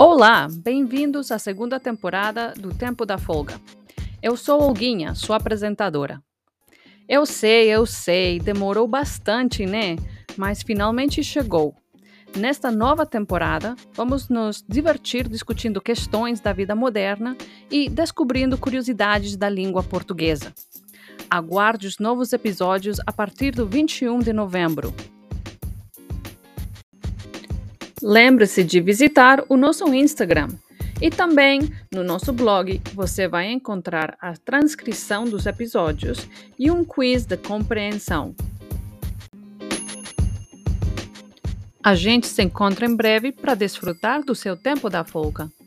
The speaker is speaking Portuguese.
Olá, bem-vindos à segunda temporada do Tempo da Folga. Eu sou Olguinha, sua apresentadora. Eu sei, demorou bastante, né? Mas finalmente chegou. Nesta nova temporada, vamos nos divertir discutindo questões da vida moderna e descobrindo curiosidades da língua portuguesa. Aguarde os novos episódios a partir do 21 de novembro. Lembre-se de visitar o nosso Instagram e também no nosso blog você vai encontrar a transcrição dos episódios e um quiz de compreensão. A gente se encontra em breve para desfrutar do seu tempo da folga.